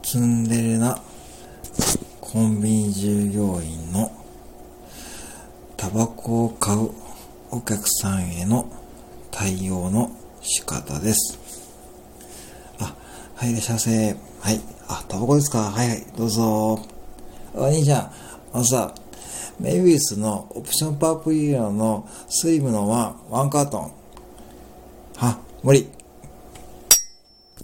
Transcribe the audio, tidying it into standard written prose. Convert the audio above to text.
ツンデレなコンビニ従業員のタバコを買うお客さんへの対応の仕方です。はい、いらっしゃいませ。はい。タバコですか？はいはい、どうぞ。お兄ちゃん、さ、メビウスのオプションパープリーのスリムのワンカートン。無理。